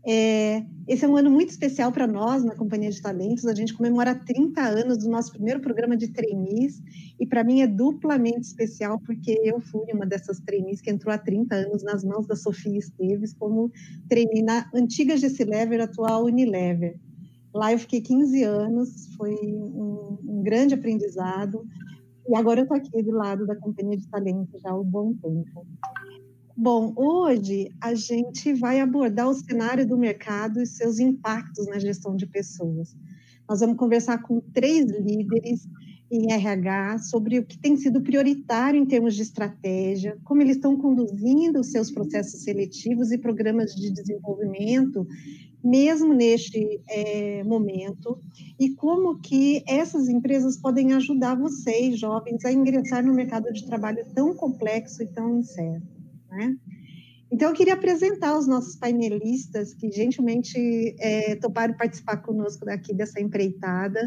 Esse é um ano muito especial para nós, na Companhia de Talentos. A gente comemora 30 anos do nosso primeiro programa de trainees, e para mim é duplamente especial, porque eu fui uma dessas trainees que entrou há 30 anos nas mãos da Sofia Esteves, como trainee na antiga Gessilever, atual Unilever. Lá eu fiquei 15 anos, foi um grande aprendizado, e agora eu estou aqui do lado da Companhia de Talentos já há um bom tempo. Bom, hoje a gente vai abordar o cenário do mercado e seus impactos na gestão de pessoas. Nós vamos conversar com 3 líderes em RH sobre o que tem sido prioritário em termos de estratégia, como eles estão conduzindo os seus processos seletivos e programas de desenvolvimento, mesmo neste momento, e como que essas empresas podem ajudar vocês, jovens, a ingressar no mercado de trabalho tão complexo e tão incerto, né? Então, eu queria apresentar os nossos painelistas que gentilmente toparam participar conosco aqui dessa empreitada.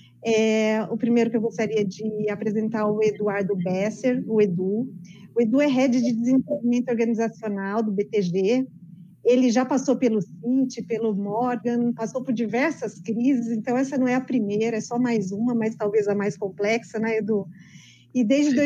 O primeiro que eu gostaria de apresentar é o Eduardo Besser, o Edu. O Edu é Head de Desenvolvimento Organizacional do BTG. Ele já passou pelo Citi, pelo Morgan, passou por diversas crises, então essa não é a primeira, é só mais uma, mas talvez a mais complexa, né, Edu? E desde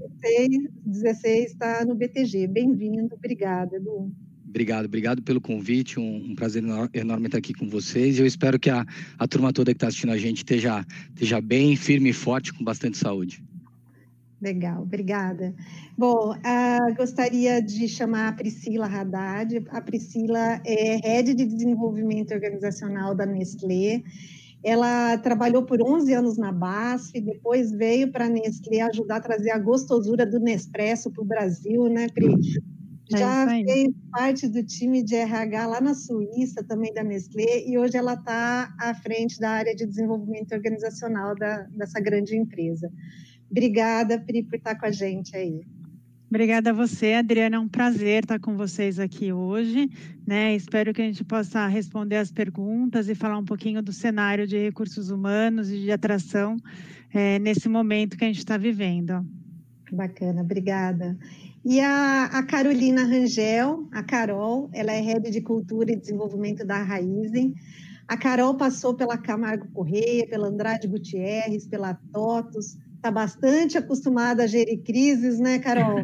2016 está no BTG. Bem-vindo, obrigada, Edu. Obrigado pelo convite, um prazer enorme estar aqui com vocês. Eu espero que a turma toda que está assistindo a gente esteja bem, firme e forte, com bastante saúde. Legal, obrigada. Bom, gostaria de chamar a Priscila Haddad. A Priscila é Head de Desenvolvimento Organizacional da Nestlé. Ela trabalhou por 11 anos na BASF, depois veio para a Nestlé ajudar a trazer a gostosura do Nespresso para o Brasil, né, Pri? Já fez parte do time de RH lá na Suíça, também da Nestlé, e hoje ela está à frente da área de desenvolvimento organizacional dessa grande empresa. Obrigada, Pri, por estar com a gente aí. Obrigada a você, Adriana. É um prazer estar com vocês aqui hoje, né? Espero que a gente possa responder as perguntas e falar um pouquinho do cenário de recursos humanos e de atração nesse momento que a gente está vivendo. Bacana, obrigada. E a Carolina Rangel, a Carol, ela é Head de Cultura e Desenvolvimento da Raizen. A Carol passou pela Camargo Correia, pela Andrade Gutierrez, pela TOTUS, está bastante acostumada a gerir crises, né, Carol?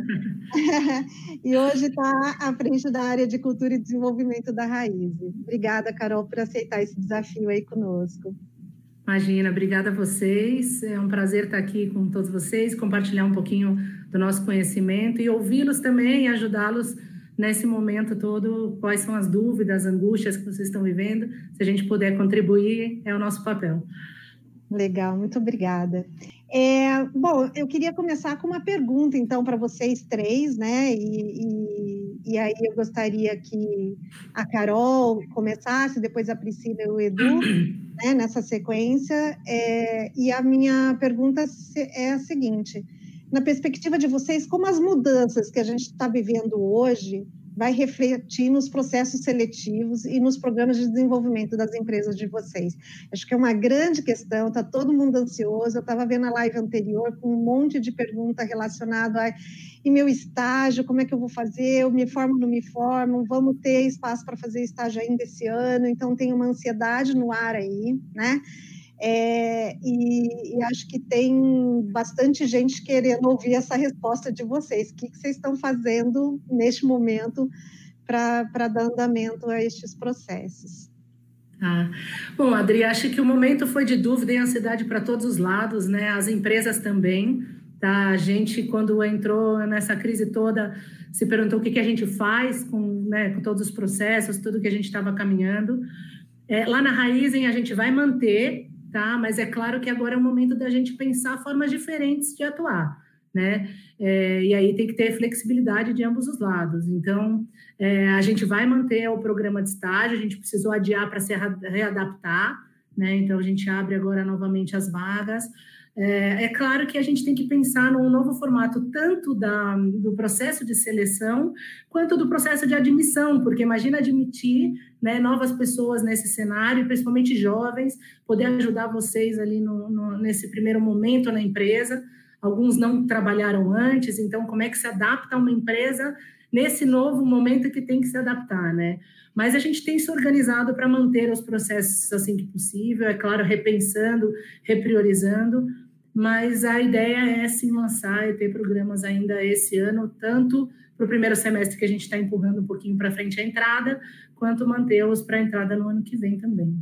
E hoje está à frente da área de Cultura e Desenvolvimento da Raizen. Obrigada, Carol, por aceitar esse desafio aí conosco. Imagina, obrigada a vocês. É um prazer estar aqui com todos vocês, compartilhar um pouquinho do nosso conhecimento e ouvi-los também, ajudá-los nesse momento todo, quais são as dúvidas, as angústias que vocês estão vivendo. Se a gente puder contribuir, é o nosso papel. Legal, muito obrigada. Bom, eu queria começar com uma pergunta, então, para vocês 3, né? E aí eu gostaria que a Carol começasse, depois a Priscila e o Edu, né, nessa sequência. E a minha pergunta é a seguinte: na perspectiva de vocês, como as mudanças que a gente está vivendo hoje vai refletir nos processos seletivos e nos programas de desenvolvimento das empresas de vocês? Acho que é uma grande questão, está todo mundo ansioso. Eu estava vendo a live anterior com um monte de pergunta relacionada a e meu estágio, como é que eu vou fazer, eu me formo, não me formo, vamos ter espaço para fazer estágio ainda esse ano, então tem uma ansiedade no ar aí, né? E acho que tem bastante gente querendo ouvir essa resposta de vocês. O que vocês estão fazendo neste momento para dar andamento a estes processos? Bom, Adri, acho que o momento foi de dúvida e ansiedade para todos os lados, né? As empresas também, tá? A gente, quando entrou nessa crise toda, se perguntou o que a gente faz com todos os processos, tudo que a gente estava caminhando. Lá na Raizen a gente vai manter, tá? Mas é claro que agora é o momento da gente pensar formas diferentes de atuar, né? E aí tem que ter flexibilidade de ambos os lados. Então, a gente vai manter o programa de estágio, a gente precisou adiar para se readaptar, né? Então, a gente abre agora novamente as vagas. É claro que a gente tem que pensar num novo formato, tanto do processo de seleção, quanto do processo de admissão, porque imagina admitir, né, novas pessoas nesse cenário, principalmente jovens, poder ajudar vocês ali nesse primeiro momento na empresa. Alguns não trabalharam antes, então como é que se adapta uma empresa nesse novo momento que tem que se adaptar, né? Mas a gente tem se organizado para manter os processos assim que possível, é claro, repensando, repriorizando, mas a ideia é sim lançar e ter programas ainda esse ano, tanto para o primeiro semestre que a gente está empurrando um pouquinho para frente a entrada, quanto mantê-los para a entrada no ano que vem também.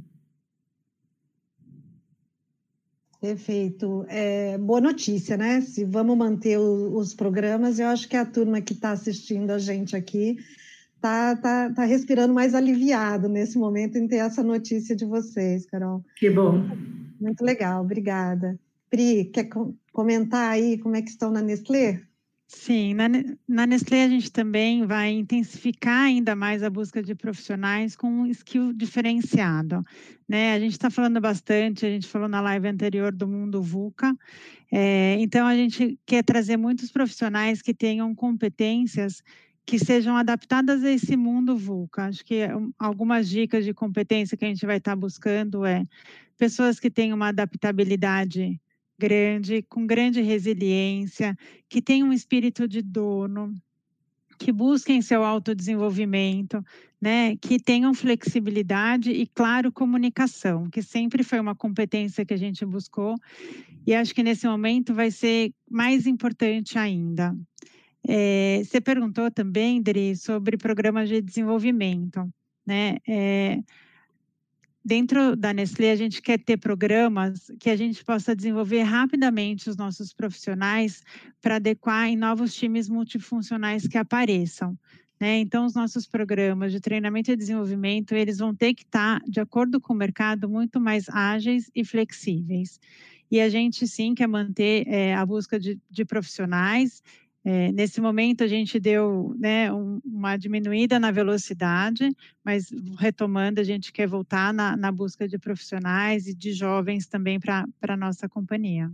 Perfeito. Boa notícia, né? Se vamos manter os programas, eu acho que a turma que está assistindo a gente aqui tá respirando mais aliviado nesse momento em ter essa notícia de vocês, Carol. Que bom. Muito legal, obrigada. Pri, quer comentar aí como é que estão na Nestlé? Sim, na Nestlé a gente também vai intensificar ainda mais a busca de profissionais com um skill diferenciado, né? A gente está falando bastante, a gente falou na live anterior do mundo VUCA, então a gente quer trazer muitos profissionais que tenham competências que sejam adaptadas a esse mundo VUCA. Acho que algumas dicas de competência que a gente vai estar buscando pessoas que tenham uma adaptabilidade grande, com grande resiliência, que tenham um espírito de dono, que busquem seu autodesenvolvimento, né? Que tenham flexibilidade e, claro, comunicação, que sempre foi uma competência que a gente buscou e acho que nesse momento vai ser mais importante ainda. Você perguntou também, Dri, sobre programas de desenvolvimento, né? Dentro da Nestlé, a gente quer ter programas que a gente possa desenvolver rapidamente os nossos profissionais para adequar em novos times multifuncionais que apareçam, né? Então, os nossos programas de treinamento e desenvolvimento, eles vão ter que estar, de acordo com o mercado, muito mais ágeis e flexíveis. E a gente, sim, quer manter a busca de profissionais. Nesse momento, a gente deu, né, uma diminuída na velocidade, mas retomando, a gente quer voltar na busca de profissionais e de jovens também para a nossa companhia.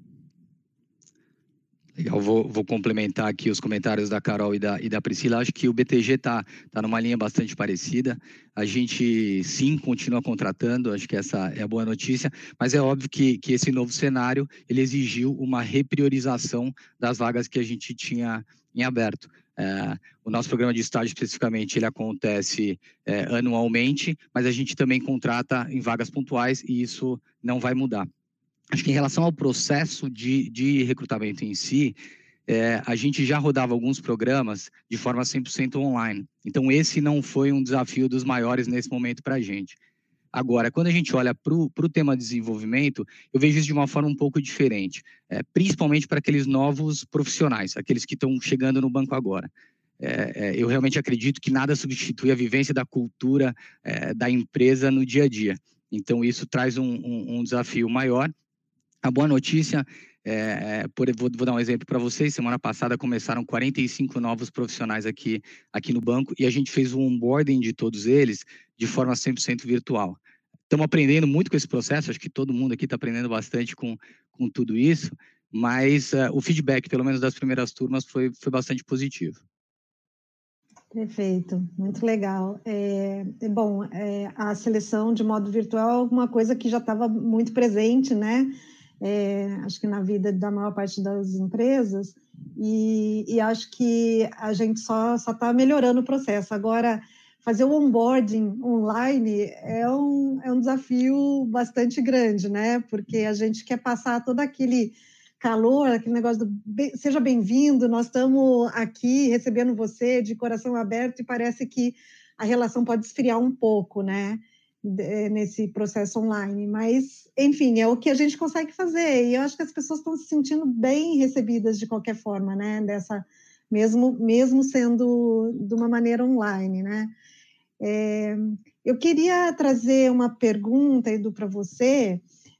Legal, vou complementar aqui os comentários da Carol e da Priscila. Acho que o BTG está numa linha bastante parecida. A gente, sim, continua contratando, acho que essa é a boa notícia, mas é óbvio que esse novo cenário, ele exigiu uma repriorização das vagas que a gente tinha em aberto. O nosso programa de estágio, especificamente, ele acontece anualmente, mas a gente também contrata em vagas pontuais e isso não vai mudar. Acho que em relação ao processo de recrutamento em si, a gente já rodava alguns programas de forma 100% online. Então, esse não foi um desafio dos maiores nesse momento para a gente. Agora, quando a gente olha para o tema de desenvolvimento, eu vejo isso de uma forma um pouco diferente, principalmente para aqueles novos profissionais, aqueles que estão chegando no banco agora. Eu realmente acredito que nada substitui a vivência da cultura da empresa no dia a dia. Então, isso traz um desafio maior. A boa notícia, vou dar um exemplo para vocês, semana passada começaram 45 novos profissionais aqui no banco e a gente fez o onboarding de todos eles de forma 100% virtual. Estamos aprendendo muito com esse processo, acho que todo mundo aqui está aprendendo bastante com tudo isso, mas o feedback, pelo menos das primeiras turmas, foi bastante positivo. Perfeito, muito legal. Bom, a seleção de modo virtual é alguma coisa que já estava muito presente, né? Acho que na vida da maior parte das empresas, e acho que a gente só está melhorando o processo. Agora, fazer o onboarding online é um desafio bastante grande, né? Porque a gente quer passar todo aquele calor, aquele negócio seja bem-vindo, nós estamos aqui recebendo você de coração aberto e parece que a relação pode esfriar um pouco, né? Nesse processo online, mas, enfim, é o que a gente consegue fazer, e eu acho que as pessoas estão se sentindo bem recebidas de qualquer forma, né, mesmo sendo de uma maneira online, né. Eu queria trazer uma pergunta, Edu, para você,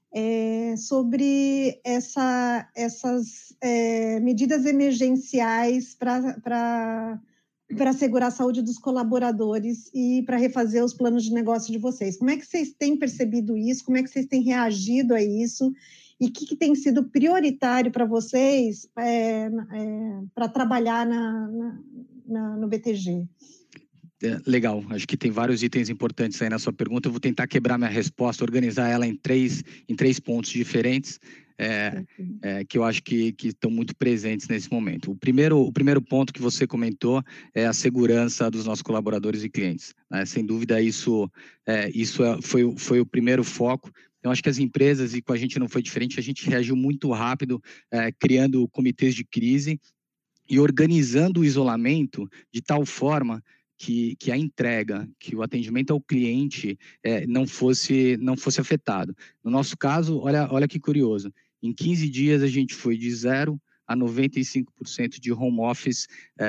sobre essas medidas emergenciais para assegurar a saúde dos colaboradores e para refazer os planos de negócio de vocês. Como é que vocês têm percebido isso? Como é que vocês têm reagido a isso? E o que tem sido prioritário para vocês para trabalhar no BTG? Legal, acho que tem vários itens importantes aí na sua pergunta. Eu vou tentar quebrar minha resposta, organizar ela em três pontos diferentes. que eu acho que estão muito presentes nesse momento. O primeiro ponto que você comentou é a segurança dos nossos colaboradores e clientes, né? Sem dúvida, isso foi o primeiro foco. Então, acho que as empresas, e com a gente não foi diferente, a gente reagiu muito rápido, criando comitês de crise e organizando o isolamento de tal forma que a entrega, que o atendimento ao cliente não fosse afetado. No nosso caso, olha que curioso, em 15 dias a gente foi de 0 a 95% de home office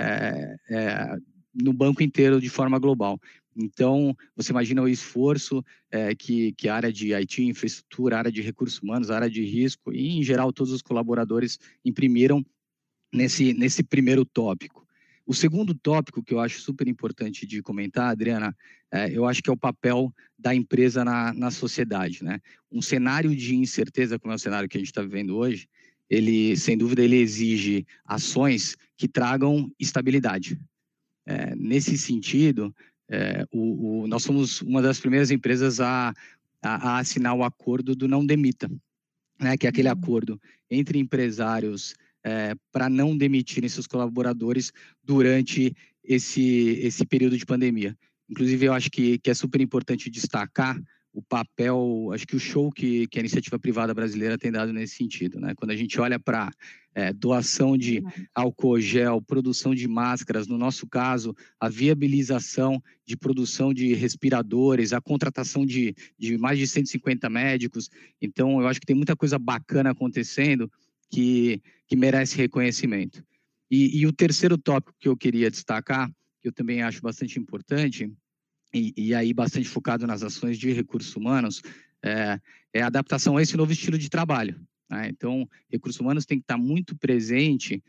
no banco inteiro de forma global. Então, você imagina o esforço que a área de IT, infraestrutura, a área de recursos humanos, a área de risco e, em geral, todos os colaboradores imprimiram nesse primeiro tópico. O segundo tópico que eu acho super importante de comentar, Adriana, eu acho que é o papel da empresa na sociedade, né? Um cenário de incerteza, como é o cenário que a gente está vivendo hoje, sem dúvida, ele exige ações que tragam estabilidade. Nesse sentido, nós somos uma das primeiras empresas a assinar o acordo do Não Demita, né? Que é aquele acordo entre empresários para não demitirem seus colaboradores durante esse período de pandemia. Inclusive, eu acho que é super importante destacar o papel, acho que o show que a iniciativa privada brasileira tem dado nesse sentido, né? Quando a gente olha para doação de álcool gel, produção de máscaras, no nosso caso, a viabilização de produção de respiradores, a contratação de mais de 150 médicos. Então, eu acho que tem muita coisa bacana acontecendo que merece reconhecimento. E o terceiro tópico que eu queria destacar, que eu também acho bastante importante, e aí bastante focado nas ações de recursos humanos, é a adaptação a esse novo estilo de trabalho. Né? Então, recursos humanos tem que estar muito presente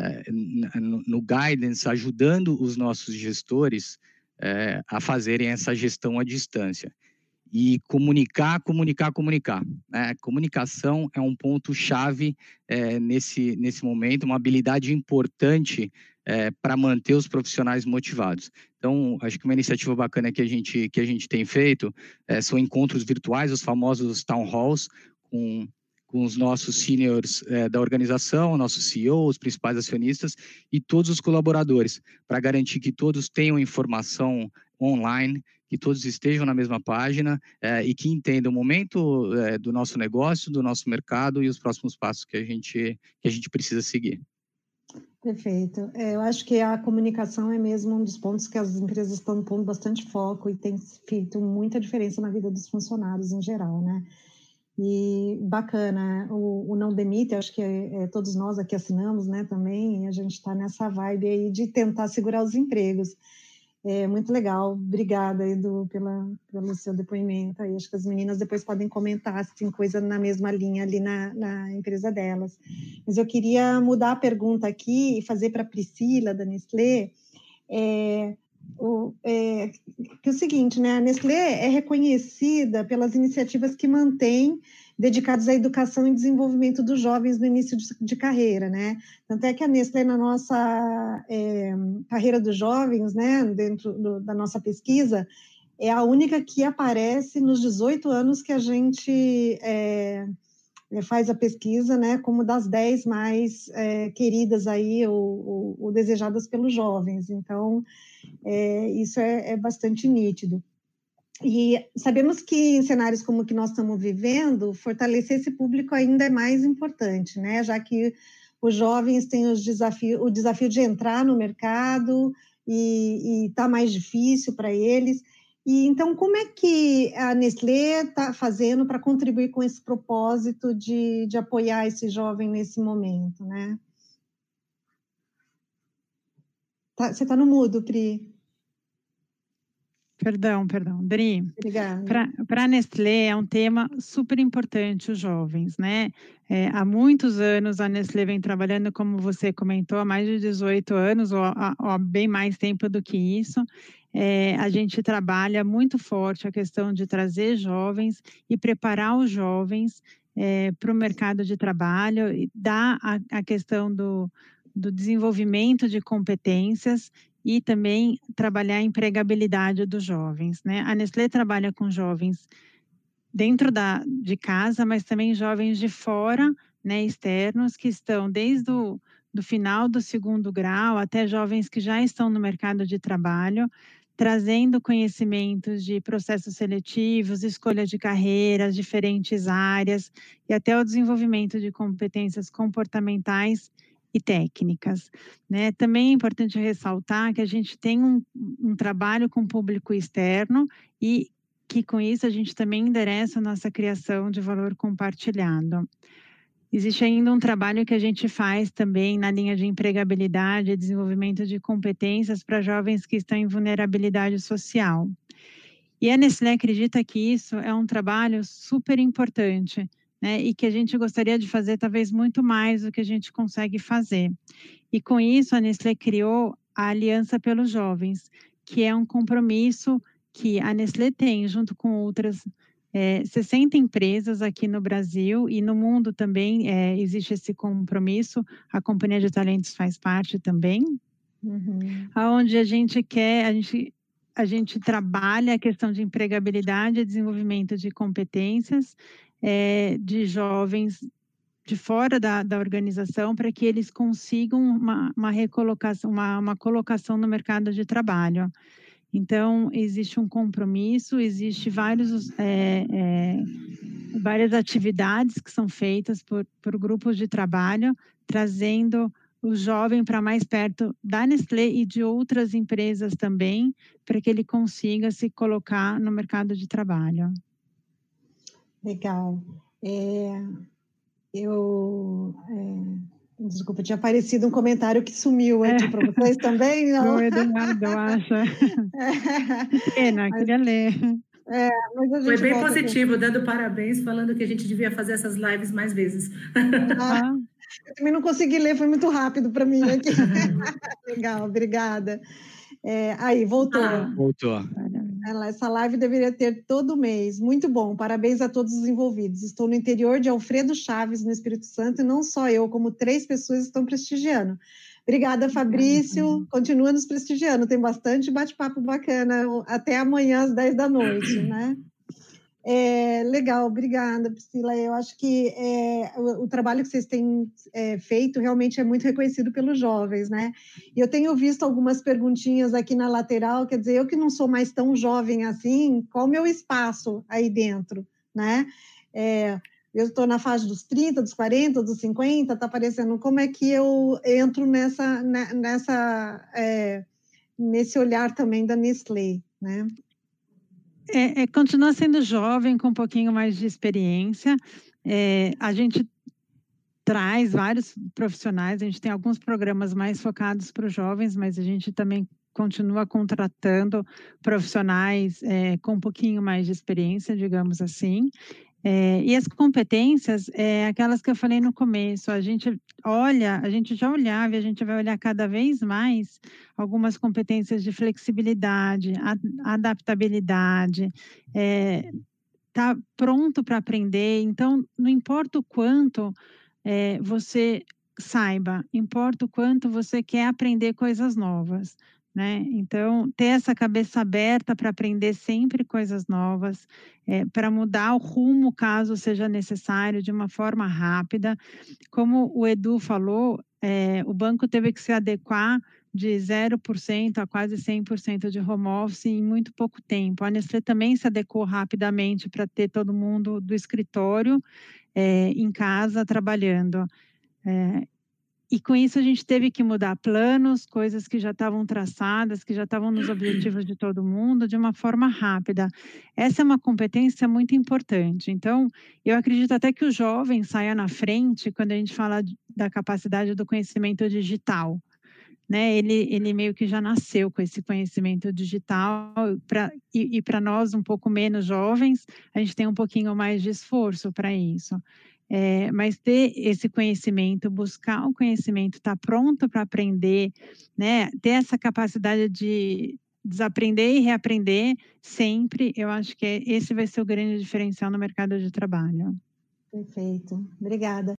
no guidance, ajudando os nossos gestores a fazerem essa gestão à distância. E comunicar. Né? Comunicação é um ponto-chave nesse momento, uma habilidade importante para manter os profissionais motivados. Então, acho que uma iniciativa bacana que a gente tem feito são encontros virtuais, os famosos town halls, com os nossos seniors da organização, nossos CEOs, os principais acionistas e todos os colaboradores, para garantir que todos tenham informação online, que todos estejam na mesma página e que entendam o momento do nosso negócio, do nosso mercado e os próximos passos que a gente precisa seguir. Perfeito. Eu acho que a comunicação é mesmo um dos pontos que as empresas estão pondo bastante foco e tem feito muita diferença na vida dos funcionários em geral, né? E bacana, o Não Demite, acho que todos nós aqui assinamos, né, também, e a gente está nessa vibe aí de tentar segurar os empregos. Muito legal, obrigada, Edu, pelo seu depoimento. Aí, acho que as meninas depois podem comentar se tem coisa na mesma linha ali na empresa delas. Mas eu queria mudar a pergunta aqui e fazer para a Priscila, da Nestlé, que é o seguinte, né? A Nestlé é reconhecida pelas iniciativas que mantém dedicadas à educação e desenvolvimento dos jovens no início de carreira, né? Tanto é que a Nestlé, na nossa carreira dos jovens, né, dentro da nossa pesquisa, é a única que aparece nos 18 anos que a gente faz a pesquisa, né, como das 10 mais queridas aí ou desejadas pelos jovens. Então, isso é bastante nítido. E sabemos que em cenários como o que nós estamos vivendo, fortalecer esse público ainda é mais importante, né? Já que os jovens têm o desafio de entrar no mercado e está mais difícil para eles. E então, como é que a Nestlé está fazendo para contribuir com esse propósito de apoiar esse jovem nesse momento, né? Você está no mudo, Pri. Perdão, Dri. Obrigada. Para a Nestlé é um tema super importante os jovens, né? Há muitos anos a Nestlé vem trabalhando, como você comentou, há mais de 18 anos, ou há bem mais tempo do que isso. A gente trabalha muito forte a questão de trazer jovens e preparar os jovens para o mercado de trabalho, e dar a questão do desenvolvimento de competências e também trabalhar a empregabilidade dos jovens, né? A Nestlé trabalha com jovens dentro de casa, mas também jovens de fora, né, externos, que estão desde do final do 2º grau até jovens que já estão no mercado de trabalho, trazendo conhecimentos de processos seletivos, escolha de carreiras, diferentes áreas e até o desenvolvimento de competências comportamentais e técnicas, né? Também é importante ressaltar que a gente tem um trabalho com público externo e que com isso a gente também endereça a nossa criação de valor compartilhado. Existe ainda um trabalho que a gente faz também na linha de empregabilidade e desenvolvimento de competências para jovens que estão em vulnerabilidade social. E a Nestlé acredita que isso é um trabalho super importante, né? E que a gente gostaria de fazer talvez muito mais do que a gente consegue fazer. E com isso a Nestlé criou a Aliança pelos Jovens, que é um compromisso que a Nestlé tem junto com outras 60 empresas aqui no Brasil e no mundo também existe esse compromisso, a Companhia de Talentos faz parte também, onde a gente trabalha a questão de empregabilidade e desenvolvimento de competências de jovens de fora da organização para que eles consigam uma recolocação, uma colocação no mercado de trabalho. Então, existe um compromisso, existe várias atividades que são feitas por grupos de trabalho, trazendo o jovem para mais perto da Nestlé e de outras empresas também, para que ele consiga se colocar no mercado de trabalho. Legal. Desculpa, tinha aparecido um comentário que sumiu aqui para vocês também, não? Do Eduardo, eu acho. Que pena, queria ler. Mas a gente foi bem positivo, dando parabéns, falando que a gente devia fazer essas lives mais vezes. Eu também não consegui ler, foi muito rápido para mim aqui. Legal, obrigada. Aí, voltou. Voltou. Essa live deveria ter todo mês. Muito bom, parabéns a todos os envolvidos. Estou no interior de Alfredo Chaves, no Espírito Santo, e não só eu, como 3 pessoas estão prestigiando. Obrigada, Fabrício. Continua nos prestigiando, tem bastante bate-papo bacana. Até amanhã, às 10 da noite, né? Legal, obrigada, Priscila. Eu acho que o trabalho que vocês têm feito realmente é muito reconhecido pelos jovens, né? E eu tenho visto algumas perguntinhas aqui na lateral, quer dizer, eu que não sou mais tão jovem assim, qual o meu espaço aí dentro, né? Eu estou na faixa dos 30, dos 40, dos 50, está aparecendo como é que eu entro nesse olhar também da Nestlé, né? Continua sendo jovem, com um pouquinho mais de experiência. A gente traz vários profissionais, a gente tem alguns programas mais focados para os jovens, mas a gente também continua contratando profissionais com um pouquinho mais de experiência, digamos assim. E as competências, aquelas que eu falei no começo, a gente já olhava e a gente vai olhar cada vez mais algumas competências de flexibilidade, adaptabilidade, tá pronto para aprender. Então, não importa o quanto você saiba, importa o quanto você quer aprender coisas novas, né? Então, ter essa cabeça aberta para aprender sempre coisas novas, para mudar o rumo, caso seja necessário, de uma forma rápida. Como o Edu falou, o banco teve que se adequar de 0% a quase 100% de home office em muito pouco tempo. A Nestlé também se adequou rapidamente para ter todo mundo do escritório em casa trabalhando. E com isso a gente teve que mudar planos, coisas que já estavam traçadas, que já estavam nos objetivos de todo mundo, de uma forma rápida. Essa é uma competência muito importante. Então, eu acredito até que o jovem saia na frente quando a gente fala da capacidade do conhecimento digital, né? Ele meio que já nasceu com esse conhecimento digital, e para nós um pouco menos jovens, a gente tem um pouquinho mais de esforço para isso. Mas ter esse conhecimento, buscar o conhecimento, estar pronto para aprender, né? Ter essa capacidade de desaprender e reaprender sempre, eu acho que esse vai ser o grande diferencial no mercado de trabalho. Perfeito, obrigada.